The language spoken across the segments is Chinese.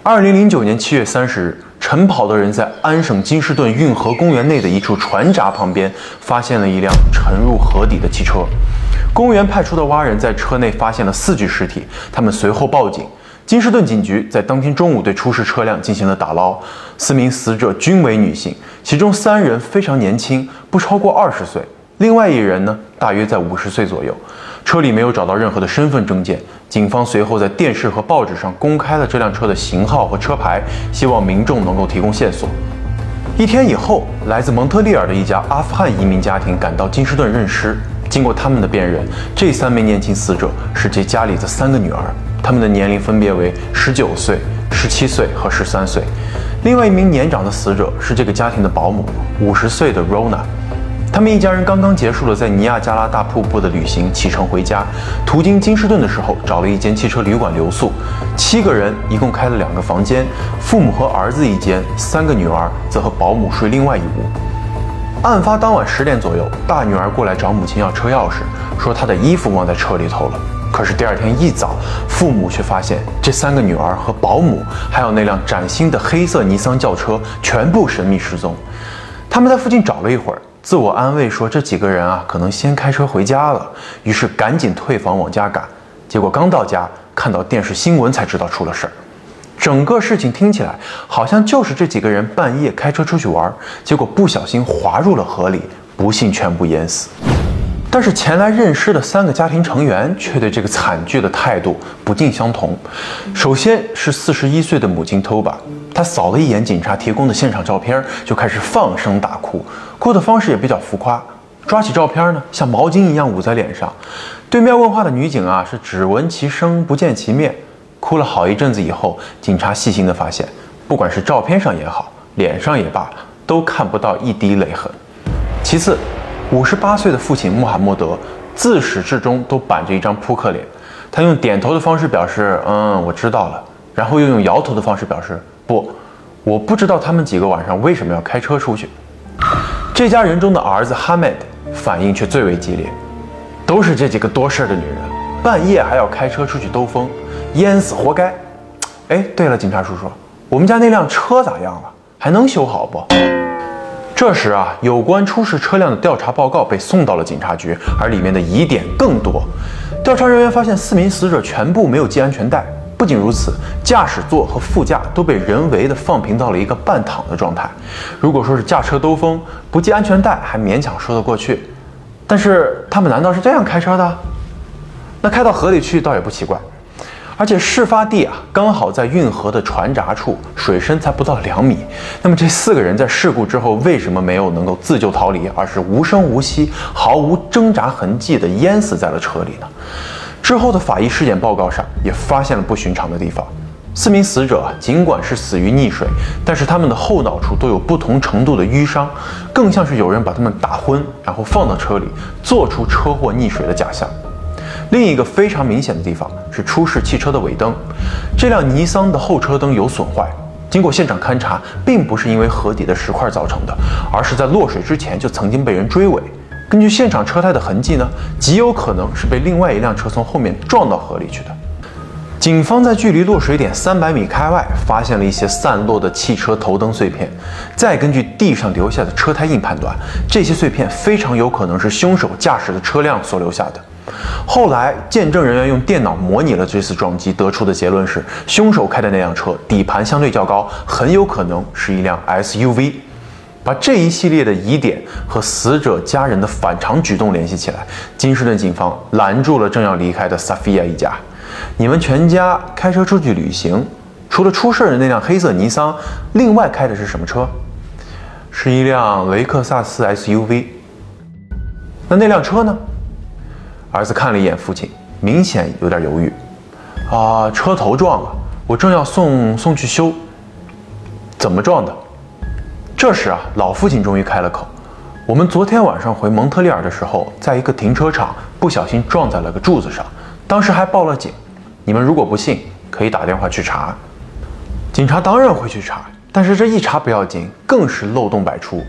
2009年7月30日，晨跑的人在安省金士顿运河公园内的一处船闸旁边发现了一辆沉入河底的汽车。公园派出的蛙人在车内发现了4具尸体，他们随后报警。金士顿警局在当天中午对出事车辆进行了打捞，4名死者均为女性，其中3人非常年轻，不超过20岁，另外1人呢，大约在50岁左右。车里没有找到任何的身份证件，警方随后在电视和报纸上公开了这辆车的型号和车牌，希望民众能够提供线索。1天以后，来自蒙特利尔的一家阿富汗移民家庭赶到金士顿认尸。经过他们的辨认，这3名年轻死者是这家里的3个女儿，她们的年龄分别为19岁、17岁和13岁。另外1名年长的死者是这个家庭的保姆，50岁的 Rona。他们一家人刚刚结束了在尼亚加拉大瀑布的旅行，启程回家。途经金士顿的时候，找了一间汽车旅馆留宿。7个人一共开了2个房间，父母和儿子一间，3个女儿则和保姆睡另外一屋。案发当晚10点左右，大女儿过来找母亲要车钥匙，说她的衣服忘在车里头了。可是第2天一早，父母却发现这3个女儿和保姆，还有那辆崭新的黑色尼桑轿车全部神秘失踪。他们在附近找了一会儿，自我安慰说这几个人啊可能先开车回家了，于是赶紧退房往家赶。结果刚到家，看到电视新闻才知道出了事儿。整个事情听起来好像就是这几个人半夜开车出去玩，结果不小心滑入了河里，不幸全部淹死。但是前来认尸的3个家庭成员却对这个惨剧的态度不尽相同。首先是41岁的母亲 Toba， 她扫了一眼警察提供的现场照片，就开始放声大哭，哭的方式也比较浮夸，抓起照片呢，像毛巾一样捂在脸上。对面问话的女警啊，是只闻其声不见其面。哭了好一阵子以后，警察细心地发现，不管是照片上也好，脸上也罢，都看不到一滴泪痕。其次，58岁的父亲穆罕默德自始至终都板着一张扑克脸，他用点头的方式表示我知道了，然后又用摇头的方式表示不，我不知道他们几个晚上为什么要开车出去。这家人中的儿子哈梅德反应却最为激烈，都是这几个多事的女人，半夜还要开车出去兜风，淹死活该。哎，对了，警察叔叔，我们家那辆车咋样了？还能修好不？这时啊，有关出事车辆的调查报告被送到了警察局，而里面的疑点更多。调查人员发现4名死者全部没有系安全带，不仅如此，驾驶座和副驾都被人为的放平到了一个半躺的状态。如果说是驾车兜风，不系安全带还勉强说得过去，但是他们难道是这样开车的？那开到河里去倒也不奇怪。而且事发地啊，刚好在运河的船闸处，水深才不到2米。那么这4个人在事故之后为什么没有能够自救逃离，而是无声无息、毫无挣扎痕迹地淹死在了车里呢？之后的法医尸检报告上也发现了不寻常的地方。4名死者尽管是死于溺水，但是他们的后脑处都有不同程度的淤伤，更像是有人把他们打昏，然后放到车里，做出车祸溺水的假象。另一个非常明显的地方是出事汽车的尾灯，这辆尼桑的后车灯有损坏。经过现场勘查，并不是因为河底的石块造成的，而是在落水之前就曾经被人追尾。根据现场车胎的痕迹呢，极有可能是被另外一辆车从后面撞到河里去的。警方在距离落水点300米开外发现了一些散落的汽车头灯碎片，再根据地上留下的车胎印判断，这些碎片非常有可能是凶手驾驶的车辆所留下的。后来，见证人员用电脑模拟了这次撞击，得出的结论是，凶手开的那辆车底盘相对较高，很有可能是一辆 SUV。把这一系列的疑点和死者家人的反常举动联系起来，金士顿警方拦住了正要离开的萨菲亚一家。你们全家开车出去旅行，除了出事的那辆黑色尼桑，另外开的是什么车？是一辆雷克萨斯 SUV。那辆车呢？儿子看了一眼父亲，明显有点犹豫。车头撞了，我正要送去修。怎么撞的？这时啊，老父亲终于开了口。我们昨天晚上回蒙特利尔的时候，在一个停车场不小心撞在了个柱子上，当时还报了警。你们如果不信，可以打电话去查。警察当然会去查，但是这一查不要紧，更是漏洞百出。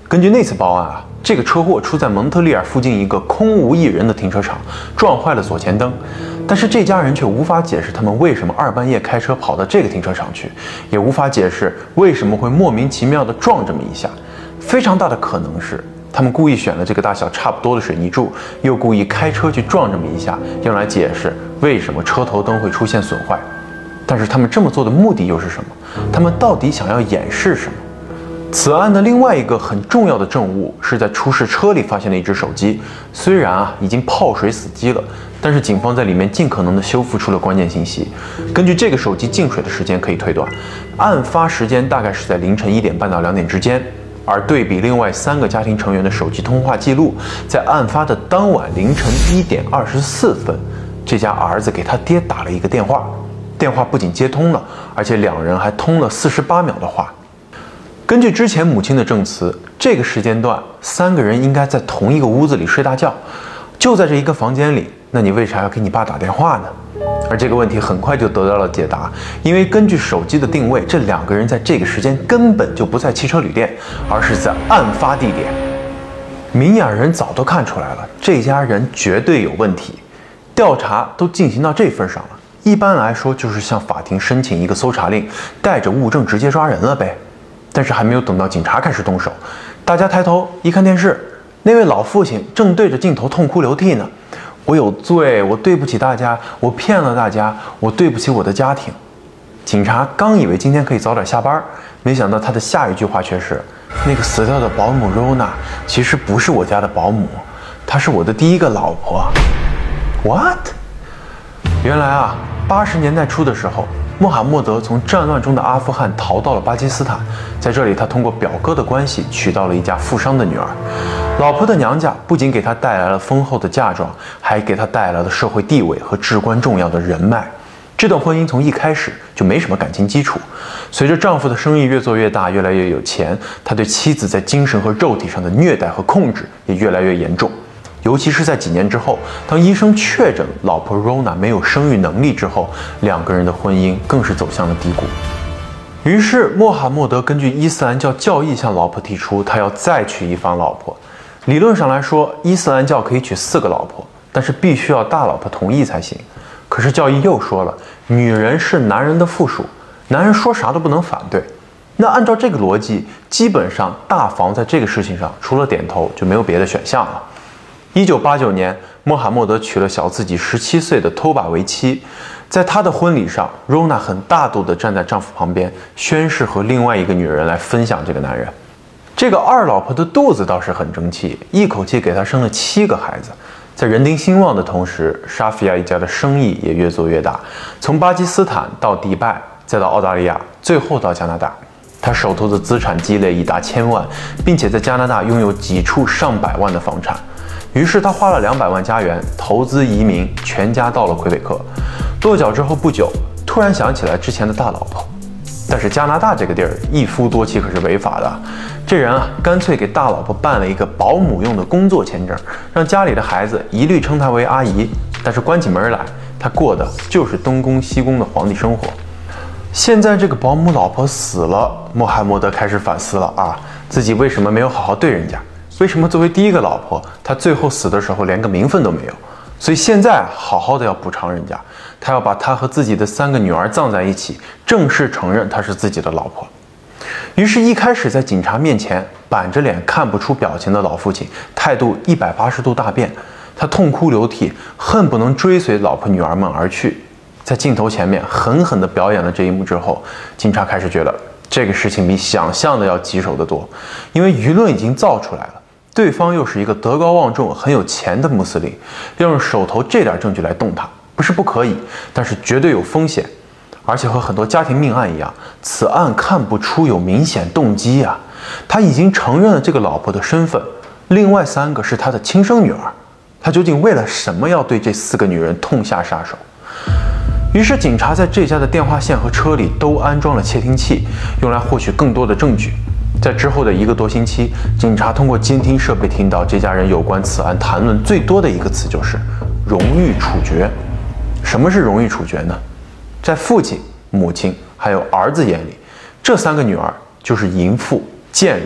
根据那次报案啊，这个车祸出在蒙特利尔附近一个空无一人的停车场，撞坏了左前灯。但是这家人却无法解释他们为什么2半夜开车跑到这个停车场去，也无法解释为什么会莫名其妙地撞这么一下。非常大的可能是，他们故意选了这个大小差不多的水泥柱，又故意开车去撞这么一下，用来解释为什么车头灯会出现损坏。但是他们这么做的目的又是什么？他们到底想要掩饰什么？此案的另外一个很重要的证物是在出事车里发现的一只手机，虽然已经泡水死机了，但是警方在里面尽可能的修复出了关键信息。根据这个手机进水的时间可以推断，案发时间大概是在凌晨1点半到2点之间。而对比另外3个家庭成员的手机通话记录，在案发的当晚凌晨1点24分，这家儿子给他爹打了一个电话，电话不仅接通了，而且2人还通了48秒的话。根据之前母亲的证词，这个时间段3个人应该在同一个屋子里睡大觉，就在这一个房间里，那你为啥要给你爸打电话呢？而这个问题很快就得到了解答，因为根据手机的定位，这2个人在这个时间根本就不在汽车旅店，而是在案发地点。明眼人早都看出来了，这家人绝对有问题。调查都进行到这份上了，一般来说就是向法庭申请一个搜查令，带着物证直接抓人了呗。但是还没有等到警察开始动手，大家抬头一看电视，那位老父亲正对着镜头痛哭流涕呢。我有罪，我对不起大家，我骗了大家，我对不起我的家庭。警察刚以为今天可以早点下班，没想到他的下一句话却是：那个死掉的保姆 Rona 其实不是我家的保姆，她是我的第一个老婆。What？ 原来80年代初的时候，穆罕默德从战乱中的阿富汗逃到了巴基斯坦，在这里他通过表哥的关系娶到了一家富商的女儿。老婆的娘家不仅给他带来了丰厚的嫁妆，还给他带来了社会地位和至关重要的人脉。这段婚姻从一开始就没什么感情基础。随着丈夫的生意越做越大，越来越有钱，他对妻子在精神和肉体上的虐待和控制也越来越严重。尤其是在几年之后，当医生确诊老婆 Rona 没有生育能力之后，2个人的婚姻更是走向了低谷。于是穆罕默德根据伊斯兰教教义向老婆提出，他要再娶一房老婆。理论上来说，伊斯兰教可以娶4个老婆，但是必须要大老婆同意才行。可是教义又说了，女人是男人的附属，男人说啥都不能反对。那按照这个逻辑，基本上大房在这个事情上除了点头就没有别的选项了。1989年，穆罕默德娶了小自己17岁的托巴为妻。在他的婚礼上，Rona 很大度地站在丈夫旁边，宣誓和另外一个女人来分享这个男人。这个2老婆的肚子倒是很争气，一口气给他生了7个孩子。在人丁兴旺的同时，沙菲亚一家的生意也越做越大，从巴基斯坦到迪拜，再到澳大利亚，最后到加拿大。他手头的资产积累已达1000万，并且在加拿大拥有几处上百万的房产。于是他花了200万加元投资移民，全家到了魁北克。落脚之后不久，突然想起来之前的大老婆。但是加拿大这个地儿一夫多妻可是违法的，这人干脆给大老婆办了一个保姆用的工作签证，让家里的孩子一律称她为阿姨。但是关起门来，他过的就是东宫西宫的皇帝生活。现在这个保姆老婆死了，穆罕默德开始反思了自己为什么没有好好对人家？为什么作为第一个老婆，他最后死的时候连个名分都没有？所以现在好好的要补偿人家，他要把他和自己的3个女儿葬在一起，正式承认她是自己的老婆。于是，一开始在警察面前板着脸看不出表情的老父亲，态度180度大变，他痛哭流涕，恨不能追随老婆女儿们而去。在镜头前面狠狠地表演了这一幕之后，警察开始觉得这个事情比想象的要棘手得多，因为舆论已经造出来了。对方又是一个德高望重、很有钱的穆斯林，要用手头这点证据来动他，不是不可以，但是绝对有风险。而且和很多家庭命案一样，此案看不出有明显动机他已经承认了这个老婆的身份，另外3个是他的亲生女儿，他究竟为了什么要对这4个女人痛下杀手？于是警察在这家的电话线和车里都安装了窃听器，用来获取更多的证据。在之后的1个多星期，警察通过监听设备听到这家人有关此案谈论最多的一个词就是荣誉处决。什么是荣誉处决呢？在父亲、母亲还有儿子眼里，这3个女儿就是淫妇、贱人，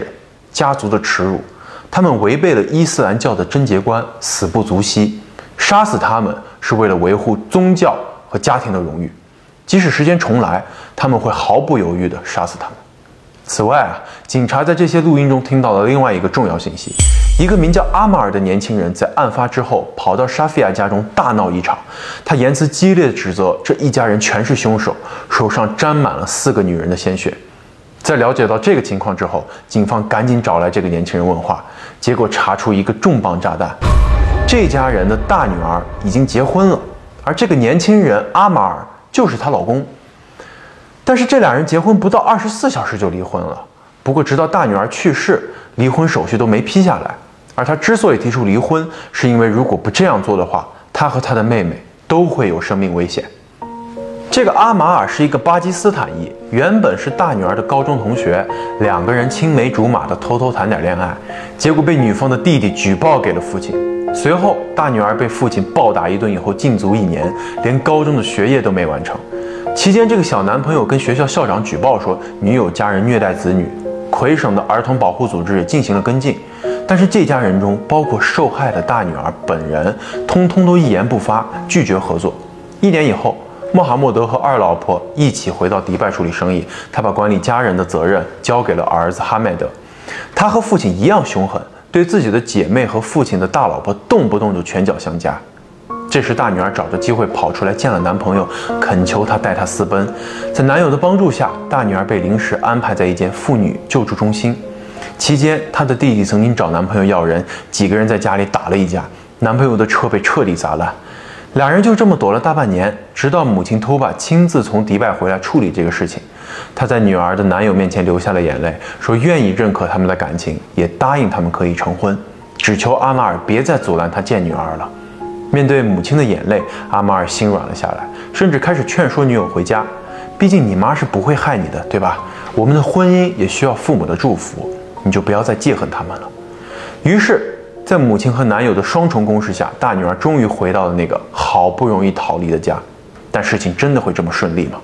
家族的耻辱。他们违背了伊斯兰教的贞洁观，死不足惜。杀死他们是为了维护宗教和家庭的荣誉，即使时间重来，他们会毫不犹豫地杀死他们。此外警察在这些录音中听到了另外一个重要信息：一个名叫阿马尔的年轻人在案发之后跑到沙菲亚家中大闹一场，他言辞激烈地指责这一家人全是凶手，手上沾满了4个女人的鲜血。在了解到这个情况之后，警方赶紧找来这个年轻人问话，结果查出一个重磅炸弹：这家人的大女儿已经结婚了，而这个年轻人阿马尔就是她老公。但是这俩人结婚不到24小时就离婚了。不过直到大女儿去世，离婚手续都没批下来。而他之所以提出离婚，是因为如果不这样做的话，他和他的妹妹都会有生命危险。这个阿马尔是一个巴基斯坦裔，原本是大女儿的高中同学，2个人青梅竹马的偷偷谈点恋爱，结果被女方的弟弟举报给了父亲。随后大女儿被父亲暴打一顿以后禁足1年，连高中的学业都没完成。期间这个小男朋友跟学校校长举报说女友家人虐待子女，魁省的儿童保护组织也进行了跟进，但是这家人中包括受害的大女儿本人通通都一言不发，拒绝合作。1年以后，穆罕默德和2老婆一起回到迪拜处理生意，他把管理家人的责任交给了儿子哈迈德。他和父亲一样凶狠，对自己的姐妹和父亲的大老婆动不动就拳脚相加。这时大女儿找着机会跑出来见了男朋友，恳求他带她私奔。在男友的帮助下，大女儿被临时安排在一间妇女救助中心。期间她的弟弟曾经找男朋友要人，几个人在家里打了一架，男朋友的车被彻底砸烂。2人就这么躲了大半年，直到母亲托巴亲自从迪拜回来处理这个事情。她在女儿的男友面前流下了眼泪，说愿意认可他们的感情，也答应他们可以成婚，只求阿马尔别再阻拦他见女儿了。面对母亲的眼泪，阿马尔心软了下来，甚至开始劝说女友回家。毕竟你妈是不会害你的，对吧？我们的婚姻也需要父母的祝福，你就不要再记恨他们了。于是在母亲和男友的双重攻势下，大女儿终于回到了那个好不容易逃离的家。但事情真的会这么顺利吗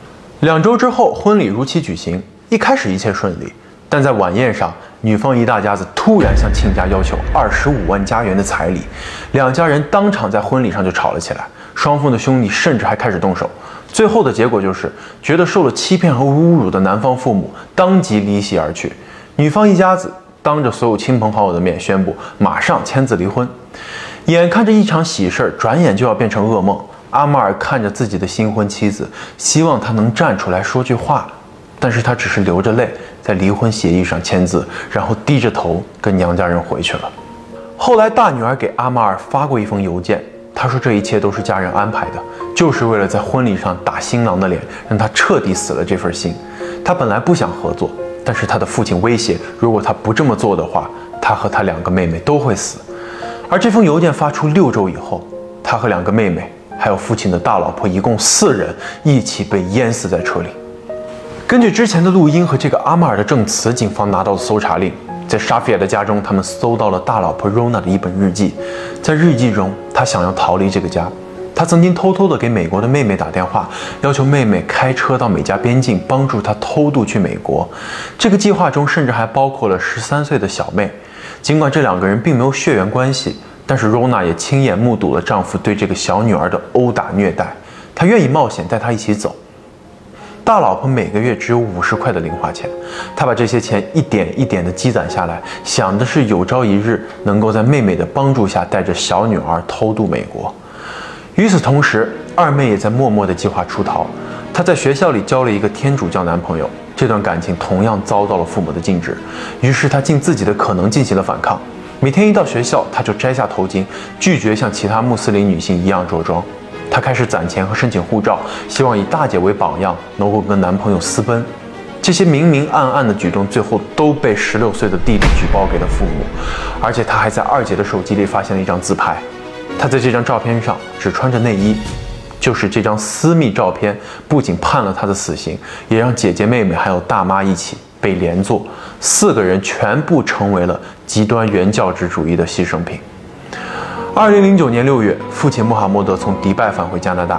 ？2周之后，婚礼如期举行。一开始一切顺利，但在晚宴上，女方一大家子突然向亲家要求25万加元的彩礼，2家人当场在婚礼上就吵了起来，双方的兄弟甚至还开始动手。最后的结果就是，觉得受了欺骗和侮辱的男方父母当即离席而去，女方一家子当着所有亲朋好友的面宣布马上签字离婚。眼看着一场喜事转眼就要变成噩梦，阿马尔看着自己的新婚妻子，希望她能站出来说句话，但是他只是流着泪在离婚协议上签字，然后低着头跟娘家人回去了。后来大女儿给阿马尔发过一封邮件，她说这一切都是家人安排的，就是为了在婚礼上打新郎的脸，让他彻底死了这份心。他本来不想合作，但是他的父亲威胁，如果他不这么做的话，他和他2个妹妹都会死。而这封邮件发出6周以后，他和2个妹妹还有父亲的大老婆一共4人一起被淹死在车里。根据之前的录音和这个阿马尔的证词，警方拿到了搜查令。在沙菲亚的家中，他们搜到了大老婆 Rona 的一本日记。在日记中，他想要逃离这个家。他曾经偷偷地给美国的妹妹打电话，要求妹妹开车到美加边境，帮助他偷渡去美国。这个计划中甚至还包括了13岁的小妹。尽管这2个人并没有血缘关系，但是 Rona 也亲眼目睹了丈夫对这个小女儿的殴打虐待。她愿意冒险带她一起走。大老婆每个月只有50块的零花钱，她把这些钱一点一点地积攒下来，想的是有朝一日能够在妹妹的帮助下带着小女儿偷渡美国。与此同时，二妹也在默默地计划出逃。她在学校里交了一个天主教男朋友，这段感情同样遭到了父母的禁止。于是她尽自己的可能进行了反抗。每天一到学校，她就摘下头巾，拒绝像其他穆斯林女性一样着装。她开始攒钱和申请护照，希望以大姐为榜样，能够跟男朋友私奔。这些明明暗暗的举动，最后都被16岁的弟弟举报给了父母。而且她还在二姐的手机里发现了一张自拍，她在这张照片上只穿着内衣。就是这张私密照片，不仅判了她的死刑，也让姐姐妹妹还有大妈一起被连坐，4个人全部成为了极端原教旨主义的牺牲品。2009年6月，父亲穆罕默德从迪拜返回加拿大，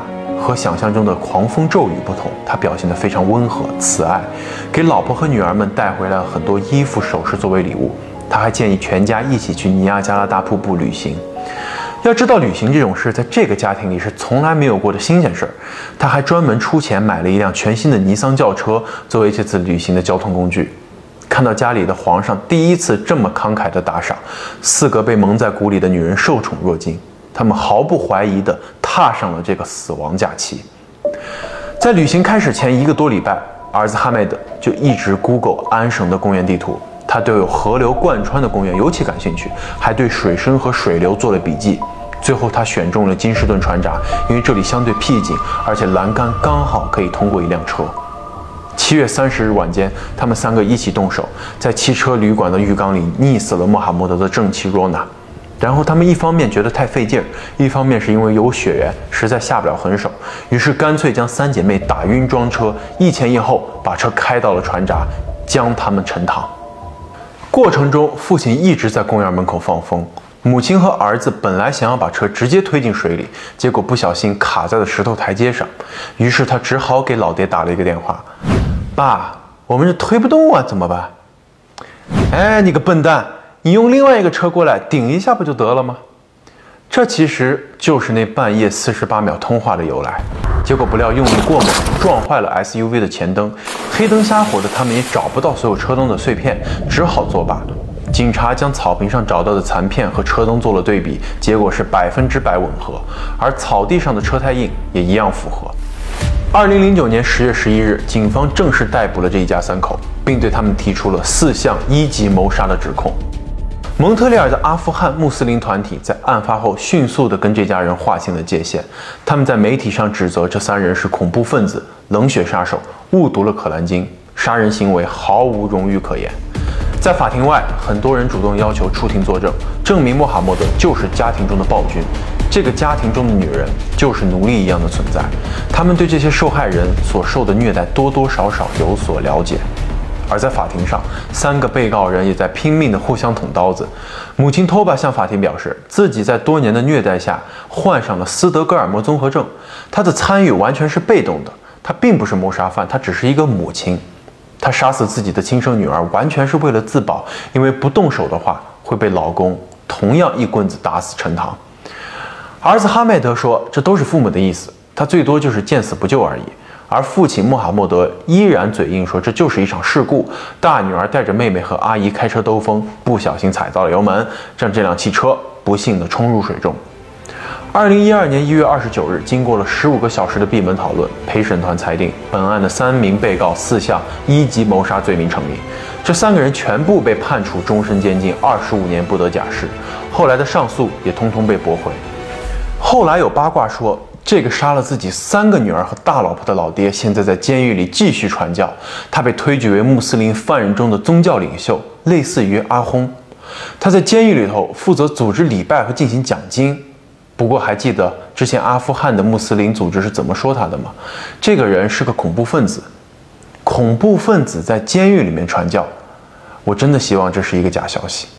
和想象中的狂风骤雨不同，他表现得非常温和慈爱，给老婆和女儿们带回来了很多衣服首饰作为礼物。他还建议全家一起去尼亚加拉大瀑布旅行。要知道，旅行这种事在这个家庭里是从来没有过的新鲜事儿。他还专门出钱买了一辆全新的尼桑轿车作为这次旅行的交通工具。看到家里的皇上第一次这么慷慨的打赏，4个被蒙在鼓里的女人受宠若惊，他们毫不怀疑地踏上了这个死亡假期。在旅行开始前1个多礼拜，儿子哈梅德就一直 Google 安省的公园地图。他对有河流贯穿的公园尤其感兴趣，还对水深和水流做了笔记。最后他选中了金士顿船闸，因为这里相对僻静，而且栏杆刚好可以通过一辆车。7月30日晚间，他们3个一起动手，在汽车旅馆的浴缸里溺死了穆罕默德的正妻若娜。然后他们一方面觉得太费劲儿，一方面是因为有血缘，实在下不了狠手，于是干脆将3姐妹打晕装车，一前一后把车开到了船闸，将他们沉塘。过程中，父亲一直在公园门口放风。母亲和儿子本来想要把车直接推进水里，结果不小心卡在了石头台阶上，于是他只好给老爹打了一个电话：“爸，我们这推不动啊，怎么办？”“哎，你个笨蛋，你用另外一个车过来顶一下不就得了吗？”这其实就是那半夜48秒通话的由来。结果不料用力过猛，撞坏了 SUV 的前灯，黑灯瞎火的，他们也找不到所有车灯的碎片，只好作罢。警察将草坪上找到的残片和车灯做了对比，结果是100%吻合，而草地上的车胎印也一样符合。2009年10月11日，警方正式逮捕了这一家3口，并对他们提出了4项1级谋杀的指控。蒙特利尔的阿富汗穆斯林团体在案发后迅速地跟这家人划清了界限，他们在媒体上指责这3人是恐怖分子、冷血杀手，误读了可兰经，杀人行为毫无荣誉可言。在法庭外，很多人主动要求出庭作证，证明穆罕默德就是家庭中的暴君，这个家庭中的女人就是奴隶一样的存在。他们对这些受害人所受的虐待多多少少有所了解。而在法庭上，3个被告人也在拼命地互相捅刀子。母亲托巴向法庭表示，自己在多年的虐待下患上了斯德哥尔摩综合症，她的参与完全是被动的，她并不是谋杀犯，她只是一个母亲。她杀死自己的亲生女儿完全是为了自保，因为不动手的话会被老公同样一棍子打死沉塘。儿子哈迈德说，这都是父母的意思，他最多就是见死不救而已。而父亲穆罕默德依然嘴硬说，这就是一场事故，大女儿带着妹妹和阿姨开车兜风，不小心踩到了油门，让这辆汽车不幸地冲入水中。2012年1月29日，经过了15个小时的闭门讨论，陪审团裁定本案的3名被告4项1级谋杀罪名成立。这3个人全部被判处终身监禁，25年不得假释。后来的上诉也通通被驳回。后来有八卦说，这个杀了自己3个女儿和大老婆的老爹，现在在监狱里继续传教。他被推举为穆斯林犯人中的宗教领袖，类似于阿訇。他在监狱里头负责组织礼拜和进行讲经。不过还记得之前阿富汗的穆斯林组织是怎么说他的吗？这个人是个恐怖分子。恐怖分子在监狱里面传教，我真的希望这是一个假消息。